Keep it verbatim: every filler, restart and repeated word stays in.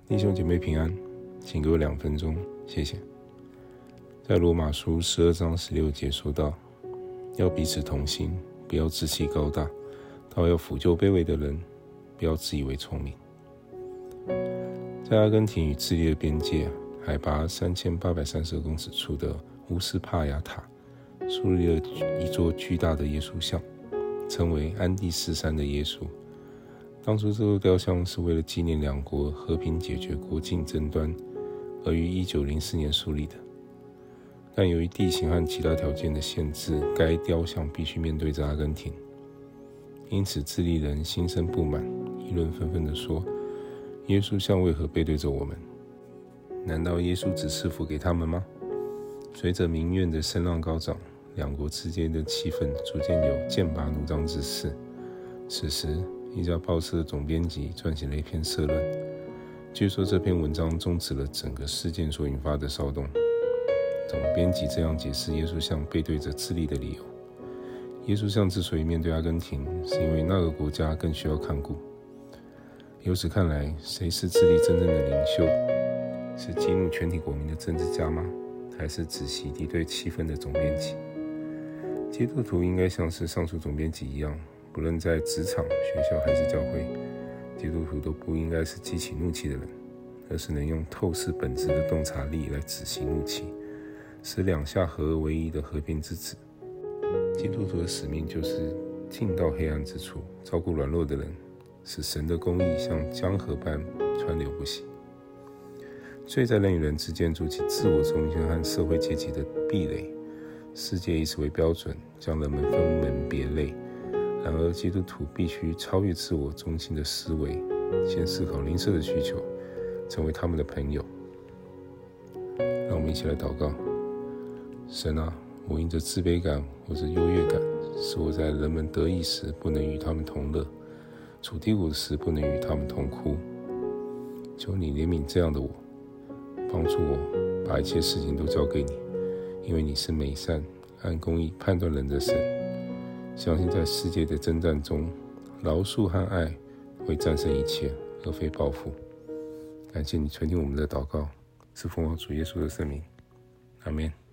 弟兄姐妹平安，请给我两分钟，谢谢。在罗马书十二章十六节说到，要彼此同心，不要志气高大，倒要抚救卑微的人，不要自以为聪明。在阿根廷与智利的边界，海拔三千八百三十二公尺处的乌斯帕亚塔，树立了一座巨大的耶稣像，称为安第斯山的耶稣。当初这座雕像是为了纪念两国和平解决国境争端，而于一九零四年树立的。但由于地形和其他条件的限制，该雕像必须面对着阿根廷，因此智利人心生不满，议论纷纷地说：耶稣像为何背对着我们？难道耶稣只赐福给他们吗？随着民怨的声浪高涨，两国之间的气氛逐渐有剑拔弩张之势。此时，一家报社的总编辑撰写了一篇社论，据说这篇文章终止了整个事件所引发的骚动。总编辑这样解释耶稣像背对着智利的理由：耶稣像之所以面对阿根廷，是因为那个国家更需要看顾。由此看来，谁是智利真正的领袖？是激怒全体国民的政治家吗？还是只洗敌对气氛的总编辑？基督徒应该像是上述总编辑一样，不论在职场、学校还是教会，基督徒都不应该是激起怒气的人，而是能用透视本质的洞察力来止息怒气，使两下合而为一的和平之子。基督徒的使命就是进到黑暗之处，照顾软弱的人，使神的公义像江河般川流不息。罪在人与人之间筑起自我中心和社会阶级的壁垒，世界以此为标准，将人们分门别类。然而，基督徒必须超越自我中心的思维，先思考邻舍的需求，成为他们的朋友。让我们一起来祷告：神啊，我因着自卑感或者优越感，使我在人们得意时不能与他们同乐，处低谷时不能与他们同哭。求你怜悯这样的我，帮助我把一切事情都交给你，因为你是美善、按公义判断人的神。相信在世界的征战中，饶恕和爱会战胜一切，而非报复。感谢你垂听我们的祷告，是奉我主耶稣的圣名，阿们。